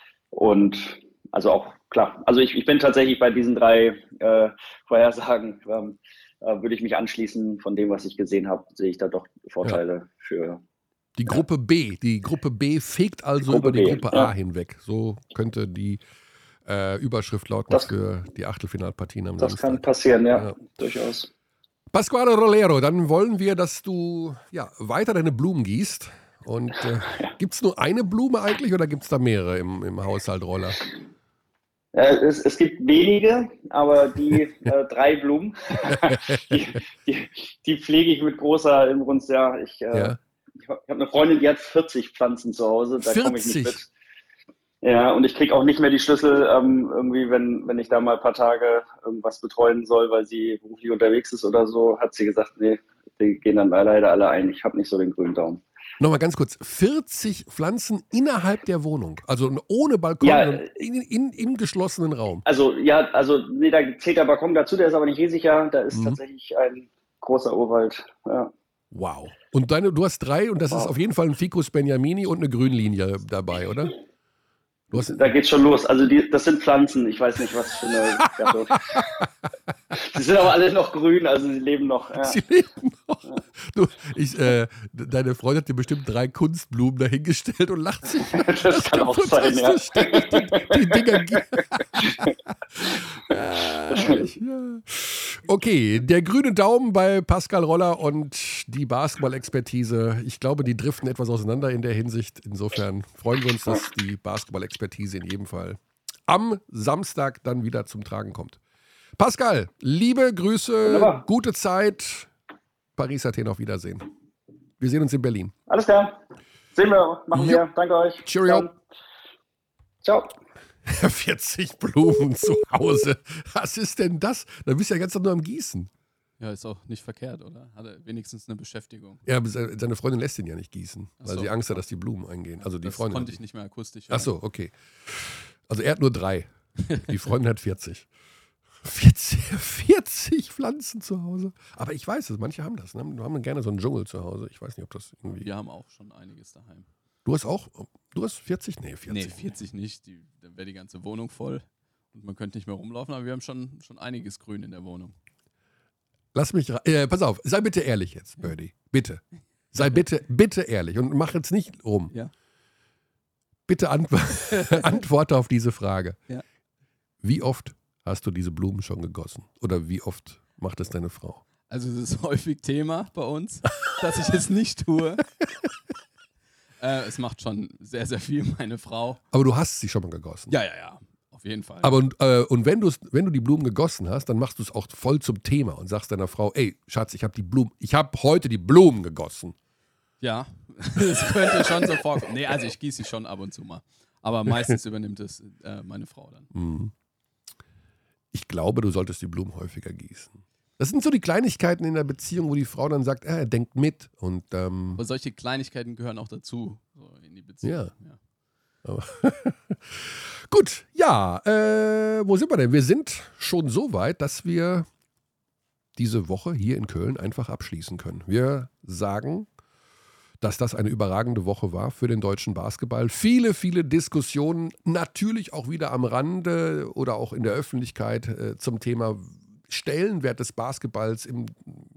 S3: und also auch klar, also ich, ich bin tatsächlich bei diesen drei äh, Vorhersagen, ähm, äh, würde ich mich anschließen. Von dem, was ich gesehen habe, sehe ich da doch Vorteile für
S1: Die Gruppe B. Die Gruppe B fegt also
S3: Gruppe
S1: über die
S3: B,
S1: Gruppe
S3: ja.
S1: A hinweg. So könnte die äh, Überschrift lauten
S3: Das-
S1: für die Achtelfinalpartien am
S3: Das
S1: Samstag.
S3: kann passieren, ja,
S1: Ja.
S3: durchaus.
S1: Pasquale Rolero, dann wollen wir, dass du ja, weiter deine Blumen gießt. Und äh, gibt es nur eine Blume eigentlich oder gibt es da mehrere im, im Haushalt Roller?
S3: Äh, es, es gibt wenige, aber die äh, drei Blumen, die, die, die pflege ich mit großer Inbrunst. Ja, ich, äh,
S1: Ja.
S3: ich habe eine Freundin, die hat vierzig Pflanzen zu Hause, da komme ich nicht
S1: vierzig?
S3: mit. Ja, und ich kriege auch nicht mehr die Schlüssel, ähm, irgendwie, wenn, wenn ich da mal ein paar Tage irgendwas betreuen soll, weil sie beruflich unterwegs ist oder so, hat sie gesagt, nee, die gehen dann leider alle ein. Ich habe nicht so den grünen Daumen.
S1: Nochmal ganz kurz, vierzig Pflanzen innerhalb der Wohnung, also ohne Balkon,
S3: Ja,
S1: sondern in, in, im geschlossenen Raum.
S3: Also ja, also nee, da zählt der Balkon dazu, der ist aber nicht riesig, ja. Da ist
S1: Mhm.
S3: tatsächlich ein großer Urwald. Ja.
S1: Wow. Und deine, du hast drei und das
S3: Wow.
S1: ist auf jeden Fall ein Ficus Beniamini und eine Grünlinie dabei, oder? Du hast,
S3: Da geht's schon los. Also die, das sind Pflanzen. Ich weiß nicht, was für eine Gattung. Sie sind aber alle noch grün, also sie leben noch. Ja.
S1: Sie leben noch. Du, ich, äh, deine Freundin hat dir bestimmt drei Kunstblumen dahingestellt und lacht sich.
S3: Das kann auch sein, ja.
S1: Die, die Dinger. Ja, herrlich, ja. Okay, der grüne Daumen bei Pascal Roller und die Basketball-Expertise. Ich glaube, die driften etwas auseinander in der Hinsicht. Insofern freuen wir uns, dass die Basketball-Expertise in jedem Fall am Samstag dann wieder zum Tragen kommt. Pascal, liebe Grüße,
S3: Wunderbar.
S1: Gute Zeit. Paris, Athen, auf Wiedersehen. Wir sehen uns in Berlin.
S3: Alles klar. Sehen wir, machen
S1: Jo.
S3: wir. Danke euch.
S1: Cheerio.
S3: Dann. Ciao.
S1: vierzig Blumen zu Hause. Was ist denn das? Da bist du ja ganz nur am Gießen.
S2: Ja, ist auch nicht verkehrt, oder? Hat er wenigstens eine Beschäftigung.
S1: Ja, aber seine Freundin lässt ihn ja nicht gießen,
S2: Ach
S1: weil
S2: so.
S1: sie Angst hat, dass die Blumen eingehen. Also die
S2: Das
S1: Freundin.
S2: konnte ich nicht mehr akustisch
S1: Ach so, okay. Also er hat nur drei. Die Freundin hat vierzig. vierzig, vierzig Pflanzen zu Hause. Aber ich weiß es, manche haben das. Ne? Die haben gerne so einen Dschungel zu Hause. Ich weiß nicht, ob das irgendwie...
S2: Wir haben auch schon einiges daheim.
S1: Du hast auch... Du hast vierzig? Nee, vierzig.
S2: Nee, vierzig nicht. Die, dann wäre die ganze Wohnung voll. Und man könnte nicht mehr rumlaufen, aber wir haben schon, schon einiges Grün in der Wohnung.
S1: Lass mich... Äh, pass auf, sei bitte ehrlich jetzt, Birdie. Bitte. Sei bitte, bitte ehrlich und mach jetzt nicht rum.
S2: Ja.
S1: Bitte antw- antworte auf diese Frage.
S2: Ja.
S1: Wie oft hast du diese Blumen schon gegossen? Oder wie oft macht es deine Frau?
S2: Also es ist häufig Thema bei uns, dass ich es nicht tue. äh, es macht schon sehr, sehr viel meine Frau.
S1: Aber du hast sie schon mal gegossen.
S2: Ja, ja, ja. Auf jeden Fall.
S1: Aber und, äh, und wenn, wenn du die Blumen gegossen hast, dann machst du es auch voll zum Thema und sagst deiner Frau, ey, Schatz, ich habe die Blumen, ich habe heute die Blumen gegossen.
S2: Ja, das könnte schon so vorkommen. Nee, also ich gieße sie schon ab und zu mal. Aber meistens übernimmt es äh, meine Frau dann.
S1: Mhm. Ich glaube, du solltest die Blumen häufiger gießen. Das sind so die Kleinigkeiten in der Beziehung, wo die Frau dann sagt, ah, er denkt mit. Und, ähm,
S2: Aber solche Kleinigkeiten gehören auch dazu, so in die Beziehung.
S1: Ja.
S2: ja.
S1: Aber gut, ja, äh, wo sind wir denn? Wir sind schon so weit, dass wir diese Woche hier in Köln einfach abschließen können. Wir sagen, dass das eine überragende Woche war für den deutschen Basketball. Viele, viele Diskussionen, natürlich auch wieder am Rande oder auch in der Öffentlichkeit äh, zum Thema Stellenwert des Basketballs im,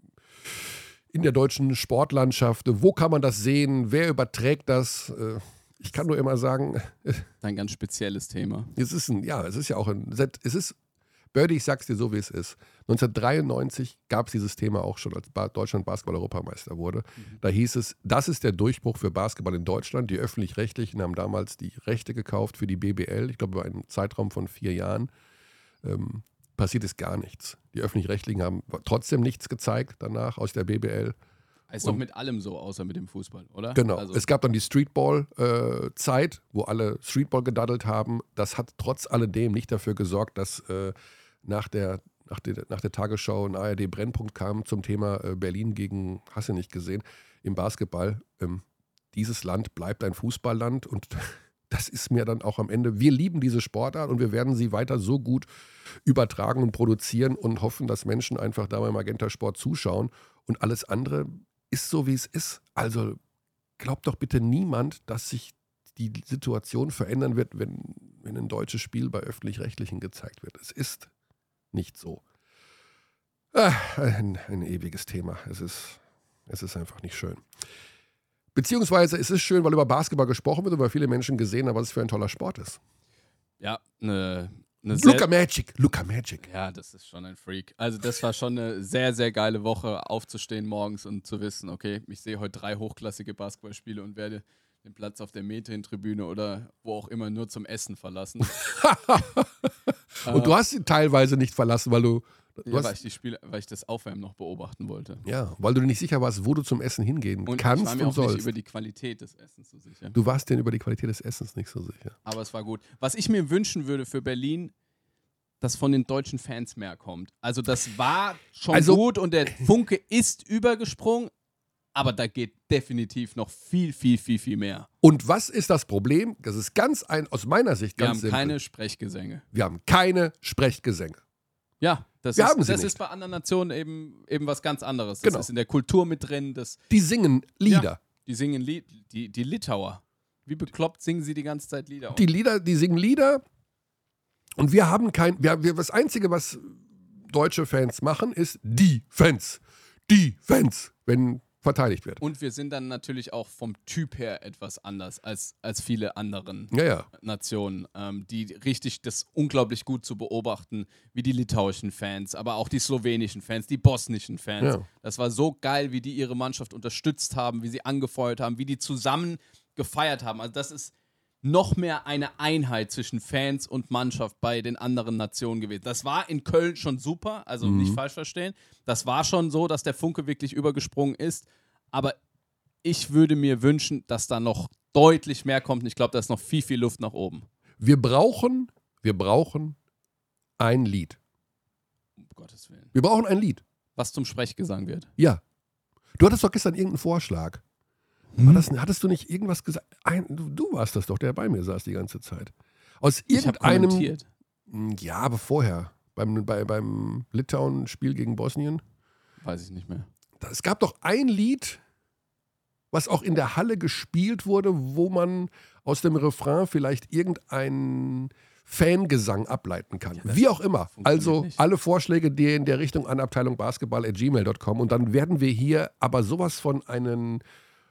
S1: in der deutschen Sportlandschaft. Wo kann man das sehen? Wer überträgt das? Äh, ich kann nur immer sagen,
S2: ein ganz spezielles Thema.
S1: Es ist ein, ja, es ist ja auch ein, es ist, Birdie, ich sag's dir so, wie es ist. neunzehnhundertdreiundneunzig gab es dieses Thema auch schon, als Deutschland Basketball-Europameister wurde. Mhm. Da hieß es, das ist der Durchbruch für Basketball in Deutschland. Die Öffentlich-Rechtlichen haben damals die Rechte gekauft für die B B L. Ich glaube, über einen Zeitraum von vier Jahren ähm, passiert ist gar nichts. Die Öffentlich-Rechtlichen haben trotzdem nichts gezeigt danach aus der B B L.
S2: Ist doch mit allem so, außer mit dem Fußball, oder?
S1: Genau.
S2: Also
S1: es gab dann die Streetball-Zeit, äh, wo alle Streetball gedaddelt haben. Das hat trotz alledem nicht dafür gesorgt, dass äh, nach, der, nach, der, nach der Tagesschau ein A R D-Brennpunkt kam zum Thema äh, Berlin gegen, hast du nicht gesehen, im Basketball. Ähm, dieses Land bleibt ein Fußballland und das ist mir dann auch am Ende, wir lieben diese Sportart und wir werden sie weiter so gut übertragen und produzieren und hoffen, dass Menschen einfach da beim Magenta Sport zuschauen und alles andere ist so, wie es ist. Also glaubt doch bitte niemand, dass sich die Situation verändern wird, wenn, wenn ein deutsches Spiel bei Öffentlich-Rechtlichen gezeigt wird. Es ist nicht so. Ah, ein, ein ewiges Thema. Es ist, es ist einfach nicht schön. Beziehungsweise es ist schön, weil über Basketball gesprochen wird und weil viele Menschen gesehen haben, was es für ein toller Sport ist.
S2: Ja, eine...
S1: Luka Magic, Luka Magic.
S2: Ja, das ist schon ein Freak. Also das war schon eine sehr, sehr geile Woche, aufzustehen morgens und zu wissen, okay, ich sehe heute drei hochklassige Basketballspiele und werde den Platz auf der Methin-Tribüne oder wo auch immer nur zum Essen verlassen.
S1: Und du hast sie teilweise nicht verlassen, weil du... du
S2: ja,
S1: hast,
S2: weil ich die Spiele, weil ich das Aufwärmen noch beobachten wollte.
S1: Ja, weil du nicht sicher warst, wo du zum Essen hingehen
S2: und
S1: kannst
S2: ich war mir
S1: und
S2: auch
S1: sollst.
S2: nicht über die Qualität des Essens so sicher.
S1: Du warst denn über die Qualität des Essens nicht so sicher.
S2: Aber es war gut. Was ich mir wünschen würde für Berlin, dass von den deutschen Fans mehr kommt. Also das war schon
S1: also,
S2: gut und der Funke ist übergesprungen, aber da geht definitiv noch viel, viel, viel, viel mehr.
S1: Und was ist das Problem? Das ist ganz ein, aus meiner Sicht
S2: Wir
S1: ganz
S2: haben
S1: simpel.
S2: keine Sprechgesänge.
S1: Wir haben keine Sprechgesänge.
S2: Ja, das,
S1: Wir
S2: ist,
S1: haben sie
S2: das
S1: nicht.
S2: ist bei anderen Nationen eben, eben was ganz anderes. Das
S1: Genau.
S2: ist in der Kultur mit drin. Das,
S1: Die singen Lieder.
S2: Ja, die singen Lied, die, die Litauer. Wie bekloppt singen sie die ganze Zeit Lieder?
S1: Die Lieder, die singen Lieder und wir haben kein, wir, wir, das Einzige, was deutsche Fans machen, ist die Fans. Die Fans, wenn verteidigt wird.
S2: Und wir sind dann natürlich auch vom Typ her etwas anders als, als viele anderen
S1: Ja, ja.
S2: Nationen, ähm, die richtig das unglaublich gut zu beobachten, wie die litauischen Fans, aber auch die slowenischen Fans, die bosnischen Fans.
S1: Ja.
S2: Das war so geil, wie die ihre Mannschaft unterstützt haben, wie sie angefeuert haben, wie die zusammen gefeiert haben. Also das ist noch mehr eine Einheit zwischen Fans und Mannschaft bei den anderen Nationen gewesen. Das war in Köln schon super, also
S1: Mhm.
S2: nicht falsch verstehen. Das war schon so, dass der Funke wirklich übergesprungen ist. Aber ich würde mir wünschen, dass da noch deutlich mehr kommt. Und ich glaube, da ist noch viel, viel Luft nach oben.
S1: Wir brauchen, wir brauchen ein Lied.
S2: Um Gottes Willen.
S1: Wir brauchen ein Lied.
S2: Was zum Sprechgesang wird.
S1: Ja. Du hattest doch gestern irgendeinen Vorschlag. War das, hattest du nicht irgendwas gesagt? Ein, du, du warst das doch, der bei mir saß die ganze Zeit. Aus
S2: Ich habe
S1: irgendeinem.
S2: kommentiert.
S1: Ja, aber vorher. Beim, bei, beim Litauen-Spiel gegen Bosnien.
S2: Weiß ich nicht mehr.
S1: Es gab doch ein Lied, was auch in der Halle gespielt wurde, wo man aus dem Refrain vielleicht irgendeinen Fangesang ableiten kann.
S2: Ja,
S1: Wie auch immer.
S2: funktioniert
S1: Also
S2: nicht.
S1: alle Vorschläge, die in der Richtung an abteilung basketball at gmail dot com und dann werden wir hier aber sowas von einen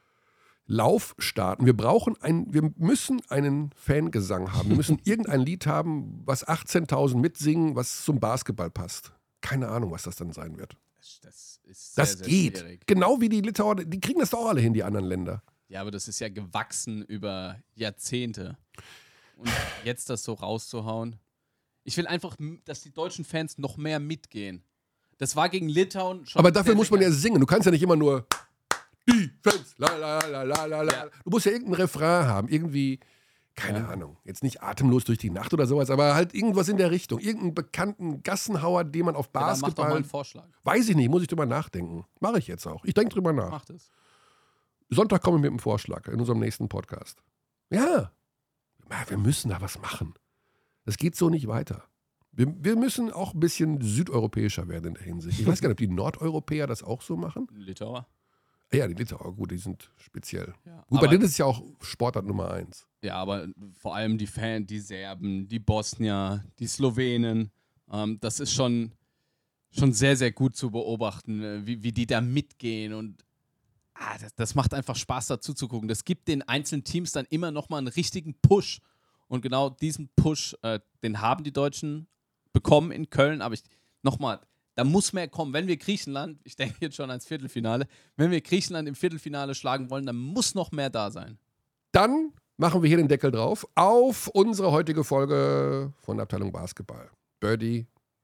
S1: Lauf starten. Wir brauchen ein, wir müssen einen Fangesang haben. Wir müssen irgendein Lied haben, was achtzehntausend mitsingen, was zum Basketball passt. Keine Ahnung, was das dann sein wird.
S2: Das ist sehr,
S1: Das
S2: sehr
S1: geht.
S2: schwierig.
S1: Genau wie die Litauer, die kriegen das doch auch alle hin, die anderen Länder.
S2: Ja, aber das ist ja gewachsen über Jahrzehnte. Und jetzt das so rauszuhauen. Ich will einfach, dass die deutschen Fans noch mehr mitgehen. Das war gegen Litauen schon.
S1: Aber dafür muss man ja singen. Du kannst ja nicht immer nur Defense, la la la la la la. Ja. Du musst ja irgendein Refrain haben. Irgendwie, keine ja. Ahnung. Jetzt nicht atemlos durch die Nacht oder sowas, aber halt irgendwas in der Richtung. Irgendeinen bekannten Gassenhauer, den man auf Basketball. Ja, mach doch mal einen
S2: Vorschlag.
S1: Weiß ich nicht, muss ich drüber nachdenken. Mache ich jetzt auch. Ich denke drüber nach.
S2: Mach das.
S1: Sonntag komme ich mit einem Vorschlag in unserem nächsten Podcast. Ja. Wir müssen da was machen. Das geht so nicht weiter. Wir, wir müssen auch ein bisschen südeuropäischer werden in der Hinsicht. Ich weiß gar nicht, ob die Nordeuropäer das auch so machen.
S2: Litauer.
S1: Ja, die Litauer, gut, die sind speziell.
S2: Ja,
S1: gut, bei denen ist es ja auch Sportart Nummer eins.
S2: Ja, aber vor allem die Fans, die Serben, die Bosnier, die Slowenen, ähm, das ist schon, schon sehr, sehr gut zu beobachten, wie, wie die da mitgehen und ah, das, das macht einfach Spaß, dazu zu gucken. Das gibt den einzelnen Teams dann immer nochmal einen richtigen Push und genau diesen Push, äh, den haben die Deutschen bekommen in Köln, aber ich, nochmal, da muss mehr kommen. Wenn wir Griechenland, ich denke jetzt schon ans Viertelfinale, wenn wir Griechenland im Viertelfinale schlagen wollen, dann muss noch mehr da sein.
S1: Dann machen wir hier den Deckel drauf auf unsere heutige Folge von der Abteilung Basketball. Birdie,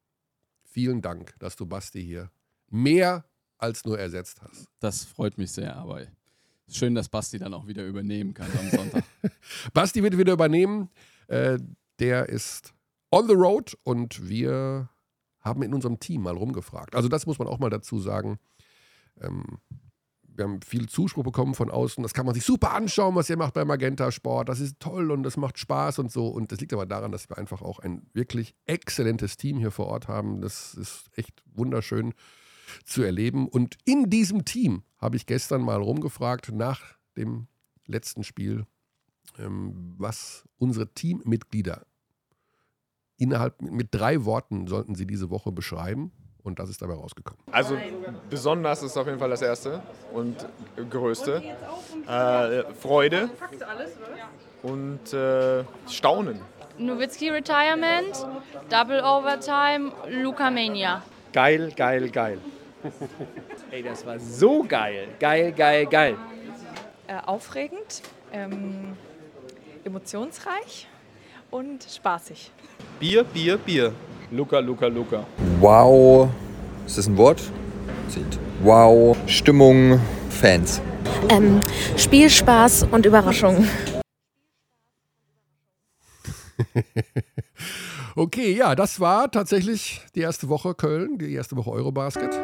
S1: vielen Dank, dass du Basti hier mehr als nur ersetzt hast.
S2: Das freut mich sehr, aber schön, dass Basti dann auch wieder übernehmen kann am Sonntag.
S1: Basti wird wieder übernehmen. Äh, der ist on the road und wir haben in unserem Team mal rumgefragt. Also das muss man auch mal dazu sagen. Ähm, wir haben viel Zuspruch bekommen von außen. Das kann man sich super anschauen, was ihr macht bei Magenta Sport. Das ist toll und das macht Spaß und so. Und das liegt aber daran, dass wir einfach auch ein wirklich exzellentes Team hier vor Ort haben. Das ist echt wunderschön zu erleben. Und in diesem Team habe ich gestern mal rumgefragt nach dem letzten Spiel, ähm, was unsere Teammitglieder innerhalb mit drei Worten sollten sie diese Woche beschreiben. Und das ist dabei rausgekommen.
S4: Also besonders ist auf jeden Fall das Erste und Größte. Äh, Freude und äh, Staunen.
S5: Nowitzki Retirement, Double Overtime, Luka Mania.
S6: Geil, geil, geil. Ey, das war so geil. Geil, geil, geil.
S7: Äh, aufregend, ähm, emotionsreich und spaßig.
S4: Bier, Bier, Bier.
S6: Luka, Luka, Luka.
S8: Wow. Ist das ein Wort? Zählt. Wow. Stimmung. Fans.
S9: Ähm, Spielspaß und Überraschung.
S1: Okay, ja, das war tatsächlich die erste Woche Köln, die erste Woche Eurobasket.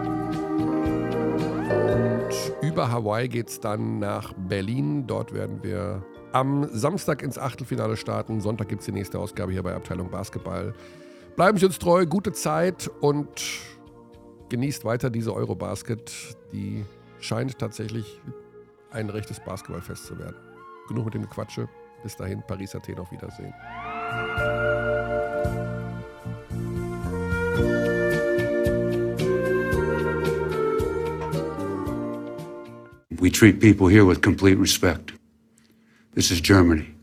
S1: Und über Hawaii geht es dann nach Berlin. Dort werden wir am Samstag ins Achtelfinale starten. Sonntag gibt es die nächste Ausgabe hier bei Abteilung Basketball. Bleiben Sie uns treu, gute Zeit und genießt weiter diese Eurobasket. Die scheint tatsächlich ein rechtes Basketballfest zu werden. Genug mit dem Gequatsche. Bis dahin, Paris, Athen, auf Wiedersehen.
S10: We treat people here with complete respect. This is Germany.